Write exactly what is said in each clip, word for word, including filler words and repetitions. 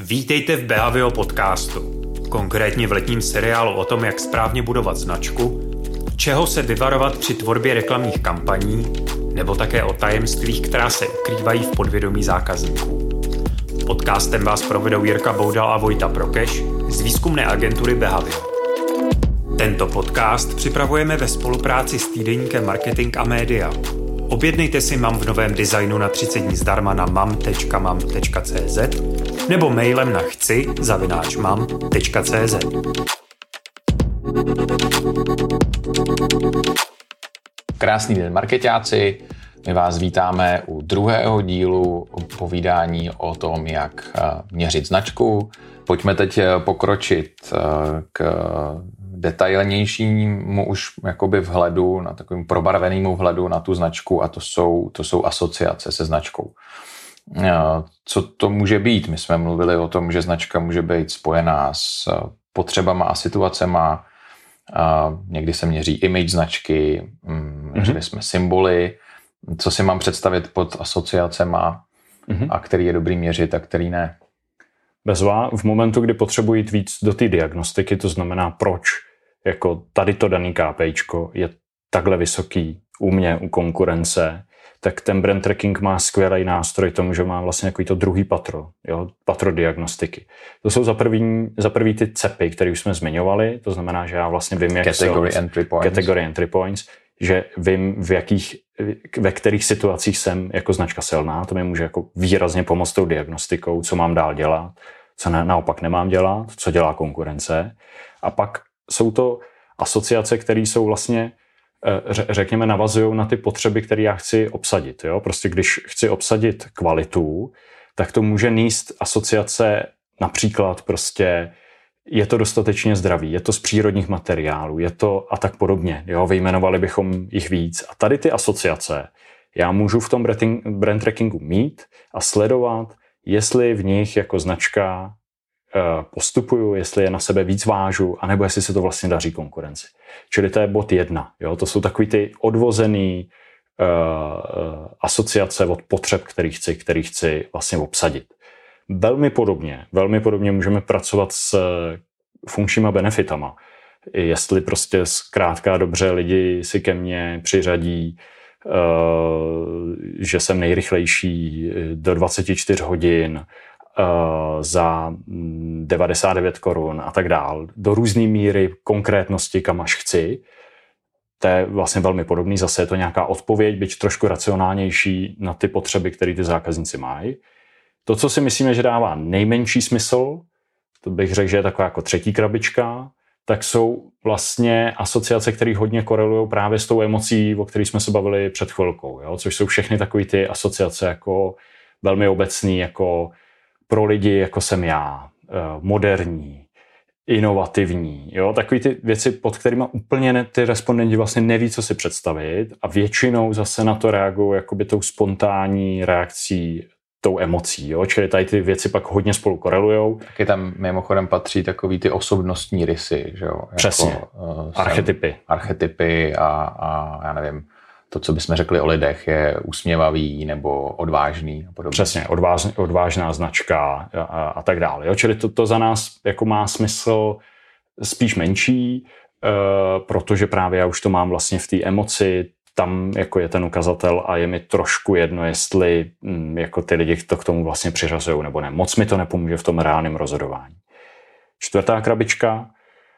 Vítejte v Behavio podcastu, konkrétně v letním seriálu o tom, jak správně budovat značku, čeho se vyvarovat při tvorbě reklamních kampaní, nebo také o tajemstvích, která se ukrývají v podvědomí zákazníků. Podcastem vás provedou Jirka Boudal a Vojta Prokeš z výzkumné agentury Behavio. Tento podcast připravujeme ve spolupráci s týdeníkem Marketing a média. Objednejte si Mam v novém designu na třicet dní zdarma na mam tečka mam tečka cz nebo mailem na chci zavináč mam tečka cz. Krásný den, markeťáci. My vás vítáme u druhého dílu povídání o tom, jak měřit značku. Pojďme teď pokročit k detailnějšímu už jakoby vhledu, na takovým probarvenému vhledu na tu značku, a to jsou, to jsou asociace se značkou. Co to může být? My jsme mluvili o tom, že značka může být spojená s potřebama a situacema. Někdy se měří image značky, měřili jsme symboly. Co si mám představit pod asociacema mm-hmm. a který je dobrý měřit a který ne? Bezva, v momentu, kdy potřebuji jít víc do té diagnostiky, to znamená proč jako tady to daný KPIčko je takhle vysoký u mě, u konkurence, tak ten brand tracking má skvělý nástroj tomu, že má vlastně jako to druhý patro, jo, patro diagnostiky. To jsou za první, za první ty cepy, které už jsme zmiňovali, to znamená, že já vlastně vím, jak category jsou, entry points. category entry points, že vím, v jakých, ve kterých situacích jsem jako značka silná, to mi může jako výrazně pomoct tou diagnostikou, co mám dál dělat, co ne, naopak nemám dělat, co dělá konkurence. A pak jsou to asociace, které jsou vlastně, řekněme, navazují na ty potřeby, které já chci obsadit. Jo? Prostě když chci obsadit kvalitu, tak to může nést asociace například prostě je to dostatečně zdravý, je to z přírodních materiálů, je to a tak podobně. Jo? Vyjmenovali bychom jich víc. A tady ty asociace já můžu v tom brand trackingu mít a sledovat, jestli v nich jako značka postupuju, jestli je na sebe víc vážu, anebo jestli se to vlastně daří konkurenci. Čili to je bod jedna. Jo? To jsou takový ty odvozený uh, asociace od potřeb, který chci, který chci vlastně obsadit. Velmi podobně, velmi podobně můžeme pracovat s funkčníma benefitama. Jestli prostě zkrátka dobře lidi si ke mně přiřadí, uh, že jsem nejrychlejší do dvacet čtyři hodin, za devadesát devět korun a tak dál, do různé míry konkrétnosti, kam až chci. To je vlastně velmi podobný, zase je to nějaká odpověď, byť trošku racionálnější na ty potřeby, které ty zákazníci mají. To, co si myslíme, že dává nejmenší smysl, to bych řekl, že je taková jako třetí krabička, tak jsou vlastně asociace, které hodně korelují právě s tou emocí, o které jsme se bavili před chvilkou, jo? Což jsou všechny takové ty asociace jako velmi obecný, jako pro lidi, jako jsem já, moderní, inovativní, jo, takový ty věci, pod kterými úplně ne, ty respondenti vlastně neví, co si představit a většinou zase na to reagují jakoby tou spontánní reakcí, tou emocí, jo, čili tady ty věci pak hodně spolu korelujou. Taky tam mimochodem patří takový ty osobnostní rysy, že jo. Přesně, jako, uh, archetypy. Archetypy a, a já nevím, to, co bychom řekli o lidech, je usměvavý nebo odvážný a podobně. Přesně, odváž, odvážná značka a, a, a tak dále. Jo? Čili to, to za nás jako má smysl spíš menší, e, protože právě já už to mám vlastně v té emoci, tam jako je ten ukazatel a je mi trošku jedno, jestli m, jako ty lidi to k tomu vlastně přiřazují nebo ne. Moc mi to nepomůže v tom reálném rozhodování. Čtvrtá krabička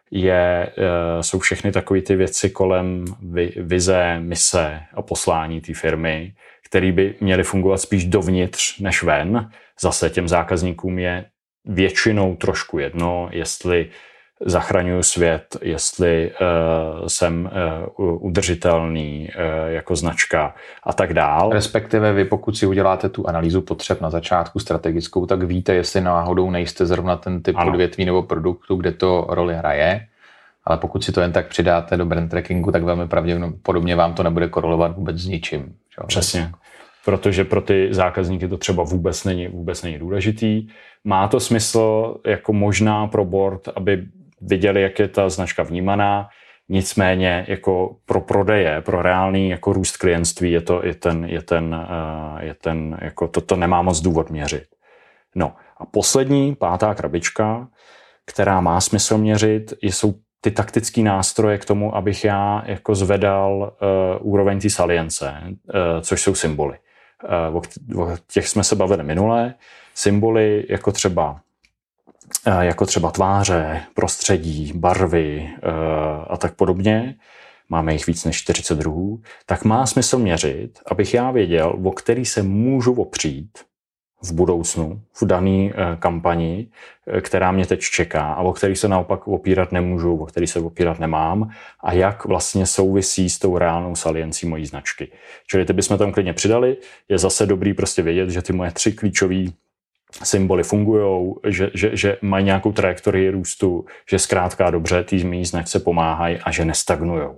Je, jsou všechny takové ty věci kolem vize, mise a poslání té firmy, které by měly fungovat spíš dovnitř než ven. Zase těm zákazníkům je většinou trošku jedno, jestli zachraňuju svět, jestli uh, jsem uh, udržitelný uh, jako značka a tak dál. Respektive vy, pokud si uděláte tu analýzu potřeb na začátku strategickou, tak víte, jestli náhodou nejste zrovna ten typ ano. odvětví nebo produktu, kde to roli hraje. Ale pokud si to jen tak přidáte do brand trackingu, tak velmi pravděpodobně vám to nebude korelovat vůbec s ničím. Čo? Přesně. Protože pro ty zákazníky to třeba vůbec není, vůbec není důležitý. Má to smysl jako možná pro board, aby viděli, jak je ta značka vnímaná, nicméně jako pro prodeje, pro reálný jako růst klientství je to, je ten, je ten, je ten jako to, to nemá moc důvod měřit. No A poslední, pátá krabička, která má smysl měřit, jsou ty taktické nástroje k tomu, abych já jako zvedal uh, úroveň té salience, uh, což jsou symboly. Uh, o těch jsme se bavili minule. Symboly jako třeba, uh, jako třeba tváře, prostředí, barvy uh, a tak podobně, máme jich víc než čtyřicet druhů, tak má smysl měřit, abych já věděl, o který se můžu opřít v budoucnu, v dané kampani, která mě teď čeká a o který se naopak opírat nemůžu, o který se opírat nemám a jak vlastně souvisí s tou reálnou saliencí mojí značky. Čili ty bychom tam klidně přidali, je zase dobrý prostě vědět, že ty moje tři klíčové symboly fungujou, že, že, že mají nějakou trajektorii růstu, že zkrátka dobře ty mý značce pomáhají a že nestagnujou.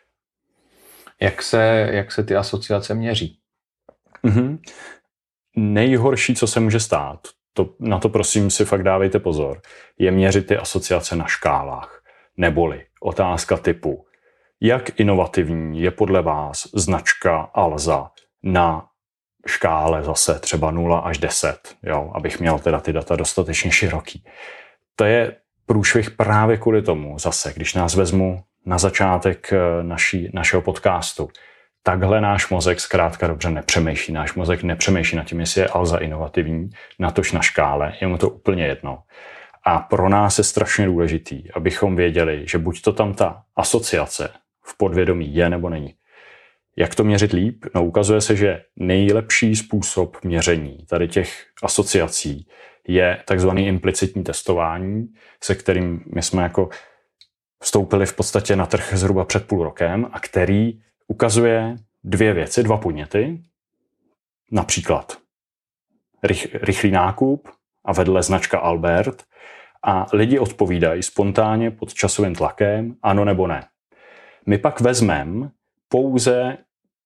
Jak se, jak se ty asociace měří? Mhm. Nejhorší, co se může stát, to, na to prosím si fakt dávejte pozor, je měřit ty asociace na škálách. Neboli otázka typu, jak inovativní je podle vás značka Alza na škále zase třeba nula až deset, jo, abych měl teda ty data dostatečně široký. To je průšvih právě kvůli tomu zase, když nás vezmu na začátek naší, našeho podcastu. Takhle náš mozek zkrátka dobře nepřemýšlí. Náš mozek nepřemýšlí nad tím, jestli je Alza inovativní, natož na škále. Je mu to úplně jedno. A pro nás je strašně důležitý, abychom věděli, že buď to tam ta asociace v podvědomí je nebo není. Jak to měřit líp? No, ukazuje se, že nejlepší způsob měření tady těch asociací je takzvaný implicitní testování, se kterým my jsme jako vstoupili v podstatě na trh zhruba před půl rokem a který ukazuje dvě věci, dva podněty, například rych, rychlý nákup a vedle značka Albert a lidi odpovídají spontánně pod časovým tlakem ano nebo ne. My pak vezmeme pouze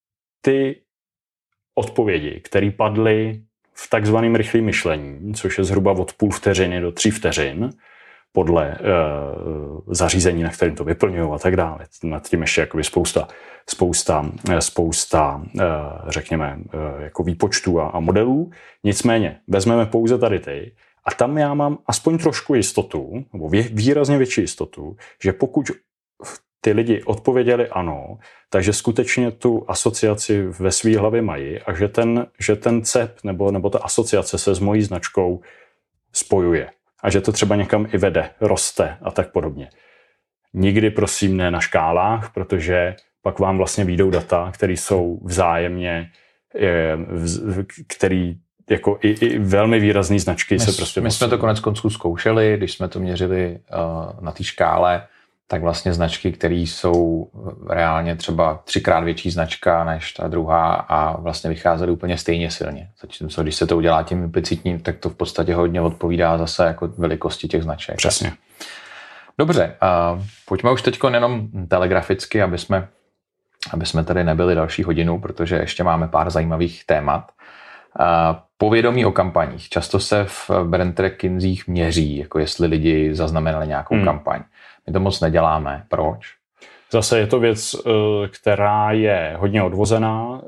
ty odpovědi, které padly v takzvaném rychlém myšlení, což je zhruba od půl vteřiny do tří vteřin, podle uh, zařízení, na kterým to vyplňují a tak dále. Nad tím ještě jakoby spousta, spousta, spousta uh, řekněme, uh, jako výpočtů a, a modelů. Nicméně vezmeme pouze tady ty a tam já mám aspoň trošku jistotu, nebo vě, výrazně větší jistotu, že pokud ty lidi odpověděli ano, takže skutečně tu asociaci ve své hlavě mají a že ten, že ten cep nebo, nebo ta asociace se s mojí značkou spojuje. A že to třeba někam i vede, roste a tak podobně. Nikdy prosím ne na škálách, protože pak vám vlastně vyjdou data, které jsou vzájemně, který jako i, i velmi výrazný značky my, se prostě... My jsme to konec konců zkoušeli, když jsme to měřili uh, na té škále, tak vlastně značky, které jsou reálně třeba třikrát větší značka než ta druhá a vlastně vycházely úplně stejně silně. Zatímco když se to udělá tím implicitním, tak to v podstatě hodně odpovídá zase jako velikosti těch značek. Přesně. Dobře, uh, pojďme už teď jenom telegraficky, aby jsme, aby jsme tady nebyli další hodinu, protože ještě máme pár zajímavých témat. Uh, povědomí o kampaních. Často se v brand trackingzích měří, jako jestli lidi zaznamenali nějakou hmm. kampaň. My to moc neděláme. Proč? Zase je to věc, která je hodně odvozená.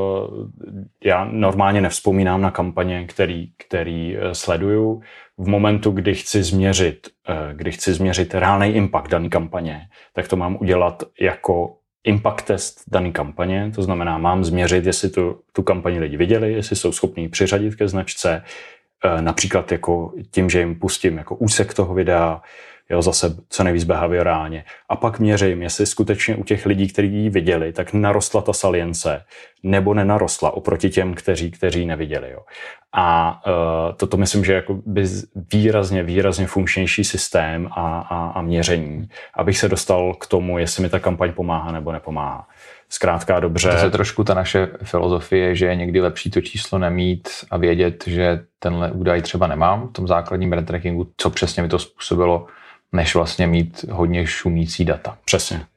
Já normálně nevzpomínám na kampaně, který, který sleduju. V momentu, kdy chci změřit, kdy chci změřit reálný impact dané kampaně, tak to mám udělat jako impact test dané kampaně. To znamená, mám změřit, jestli tu, tu kampani lidi viděli, jestli jsou schopní přiřadit ke značce, například jako tím, že jim pustím jako úsek toho videa, jo, zase co nejvíc behaviorálně. A pak měřím, jestli skutečně u těch lidí, kteří ji viděli, tak narostla ta salience, nebo nenarostla oproti těm, kteří, kteří neviděli. Jo. A uh, toto myslím, že je jako by výrazně, výrazně funkčnější systém a, a, a měření, abych se dostal k tomu, jestli mi ta kampaň pomáhá nebo nepomáhá. Zkrátka dobře. To je trošku ta naše filozofie, že je někdy lepší to číslo nemít a vědět, že tenhle údaj třeba nemám v tom základním brand trackingu, co přesně mi to způsobilo, než vlastně mít hodně šumící data. Přesně.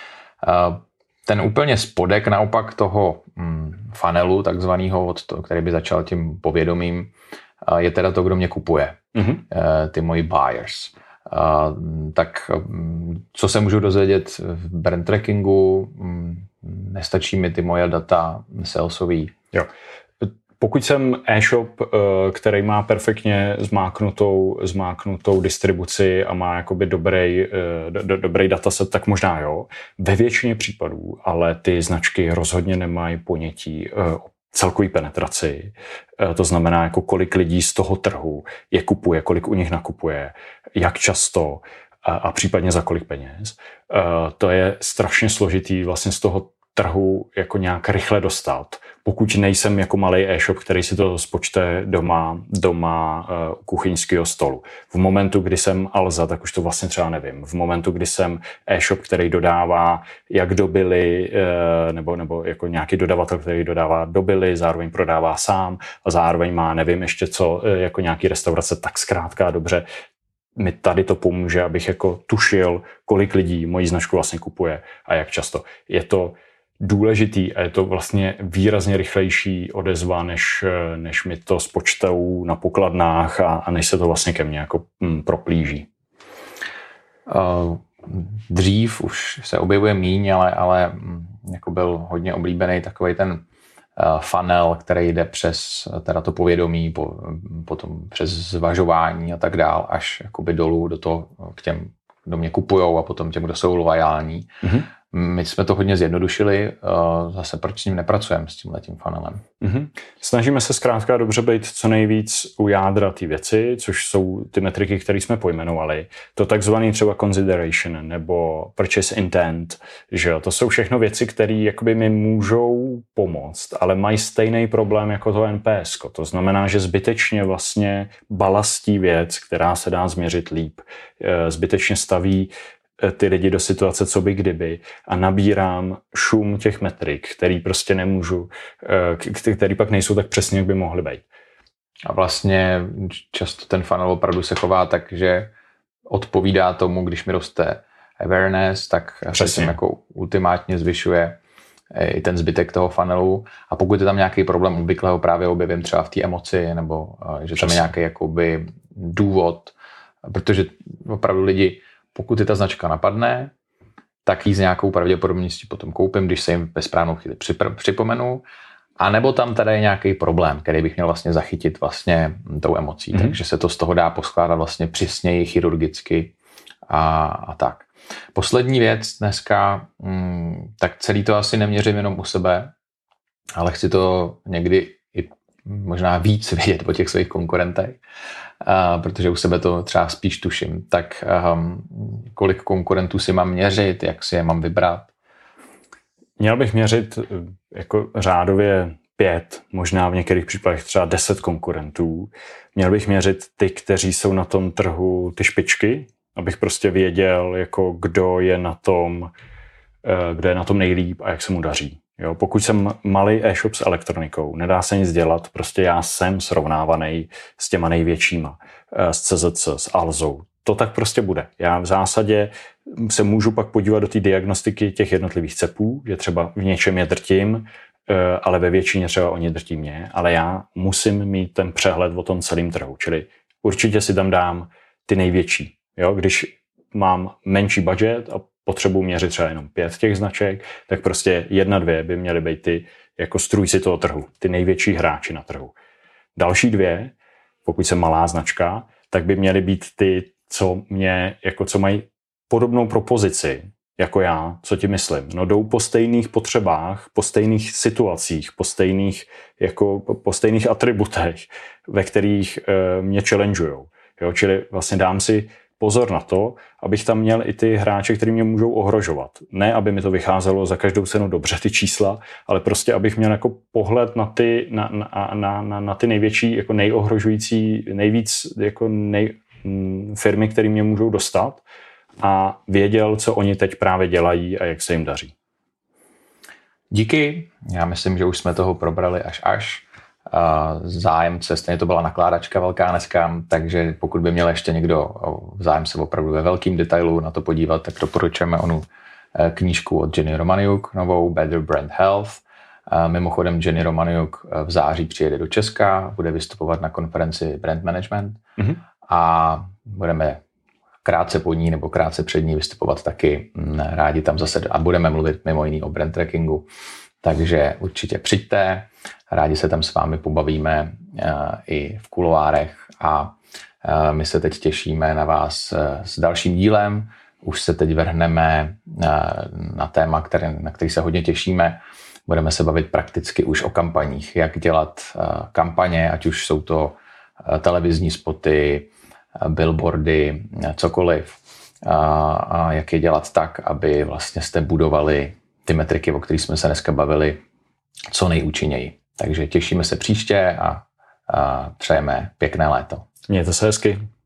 Ten úplně spodek naopak toho funnelu, takzvanýho, který by začal tím povědomím, je teda to, kdo mě kupuje. Mm-hmm. Ty moji buyers. Tak co se můžu dozvědět v brand trackingu? Nestačí mi ty moje data salesový? Jo. pokud jsem e-shop, který má perfektně zmáknutou, zmáknutou distribuci a má jakoby dobrý, do, dobrý dataset, tak možná jo. Ve většině případů, ale ty značky rozhodně nemají ponětí o celkový penetraci. To znamená, jako kolik lidí z toho trhu je kupuje, kolik u nich nakupuje, jak často a, a případně za kolik peněz. To je strašně složitý vlastně z toho trhu jako nějak rychle dostat. Pokud nejsem jako malý e-shop, který si to spočte doma, doma uh, u kuchyňského stolu. V momentu, kdy jsem Alza, tak už to vlastně třeba nevím. V momentu, kdy jsem e-shop, který dodává jak dobily, uh, nebo, nebo jako nějaký dodavatel, který dodává dobily, zároveň prodává sám a zároveň má nevím ještě co, uh, jako nějaký restaurace, tak zkrátka dobře. Mi tady to pomůže, abych jako tušil, kolik lidí moji značku vlastně kupuje a jak často. Je to důležitý a je to vlastně výrazně rychlejší odezva, než, než mi to spočtou na pokladnách a, a než se to vlastně ke mně jako hm, proplíží. Uh, dřív už se objevuje míň, ale, ale jako byl hodně oblíbený takovej ten uh, funnel, který jde přes teda to povědomí, po, potom přes zvažování a tak dál, až jakoby dolů do toho k těm, kdo mě kupujou a potom těm, kdo jsou loajální. Mm-hmm. My jsme to hodně zjednodušili, zase proč s ním nepracujeme, s tímhletím funnelem. Mm-hmm. Snažíme se zkrátka dobře být co nejvíc u jádra té věci, což jsou ty metriky, které jsme pojmenovali. To takzvaný třeba consideration nebo purchase intent, že jo? To jsou všechno věci, které jakoby mi můžou pomoct, ale mají stejný problém jako to N P S ko. To znamená, že zbytečně vlastně balastí věc, která se dá změřit líp. Zbytečně staví ty lidi do situace, co by kdyby a nabírám šum těch metrik, který prostě nemůžu, který pak nejsou tak přesně, jak by mohly být. A vlastně často ten funnel opravdu se chová tak, že odpovídá tomu, když mi roste awareness, tak se tím jako ultimátně zvyšuje i ten zbytek toho funnelu. A pokud je tam nějaký problém, obvykle ho právě objevím třeba v té emoci, nebo že tam je nějaký jakoby důvod, protože opravdu lidi, pokud je ta značka napadne, tak ji s nějakou pravděpodobností potom koupím, když se jim ve správnou chvíli připomenu. A nebo tam tady je nějaký problém, který bych měl vlastně zachytit vlastně tou emocí. Mm-hmm. Takže se to z toho dá poskládat vlastně přesněji, chirurgicky a, a tak. Poslední věc dneska, hm, tak celý to asi neměřím jenom u sebe, ale chci to někdy i možná víc vědět o těch svých konkurentech, uh, protože u sebe to třeba spíš tuším. Tak um, kolik konkurentů si mám měřit, jak si je mám vybrat? Měl bych měřit jako řádově pět, možná v některých případech třeba deset konkurentů. Měl bych měřit ty, kteří jsou na tom trhu ty špičky, abych prostě věděl, jako kdo je na tom, kdo je na tom nejlíp a jak se mu daří. Jo, pokud jsem malý e-shop s elektronikou, nedá se nic dělat, prostě já jsem srovnávaný s těma největšíma, s C Z C, s Alzou. To tak prostě bude. Já v zásadě se můžu pak podívat do té diagnostiky těch jednotlivých cepů, že třeba v něčem je drtím, ale ve většině třeba oni drtí mě, ale já musím mít ten přehled o tom celém trhu, čili určitě si tam dám ty největší. Jo, když mám menší budget a potřebuji měřit třeba jenom pět těch značek, tak prostě jedna, dvě by měly být ty jako strůjci toho trhu, ty největší hráči na trhu. Další dvě, pokud jsem malá značka, tak by měly být ty, co mě, jako co mají podobnou propozici jako já, co ti myslím. No jdou po stejných potřebách, po stejných situacích, po stejných, jako, po stejných atributech, ve kterých e, mě challengeujou. Jo, čili vlastně dám si pozor na to, abych tam měl i ty hráče, kteří mě můžou ohrožovat. Ne, aby mi to vycházelo za každou cenu dobře ty čísla, ale prostě, abych měl jako pohled na ty, na, na, na, na, na ty největší, jako nejohrožující, nejvíc jako nej, m, firmy, které mě můžou dostat a věděl, co oni teď právě dělají a jak se jim daří. Díky. Já myslím, že už jsme toho probrali až až. Zájemce, stejně to byla nakládačka velká dneska, takže pokud by měl ještě někdo zájem se opravdu ve velkým detailu na to podívat, tak doporučujeme onu knížku od Jenny Romaniuk, novou Better Brand Health. Mimochodem Jenny Romaniuk v září přijede do Česka, bude vystupovat na konferenci Brand Management mm-hmm. a budeme krátce po ní nebo krátce před ní vystupovat taky rádi tam zase a budeme mluvit mimo jiný o brand trackingu. takže určitě přijďte, rádi se tam s vámi pobavíme i v kuloárech a my se teď těšíme na vás s dalším dílem. Už se teď vrhneme na téma, které, na který se hodně těšíme. Budeme se bavit prakticky už o kampaních, jak dělat kampaně, ať už jsou to televizní spoty, billboardy, cokoliv. A jak je dělat tak, aby vlastně jste budovali ty metriky, o kterých jsme se dneska bavili, co nejúčinněji. Takže těšíme se příště a, a přejeme pěkné léto. Mějte se hezky.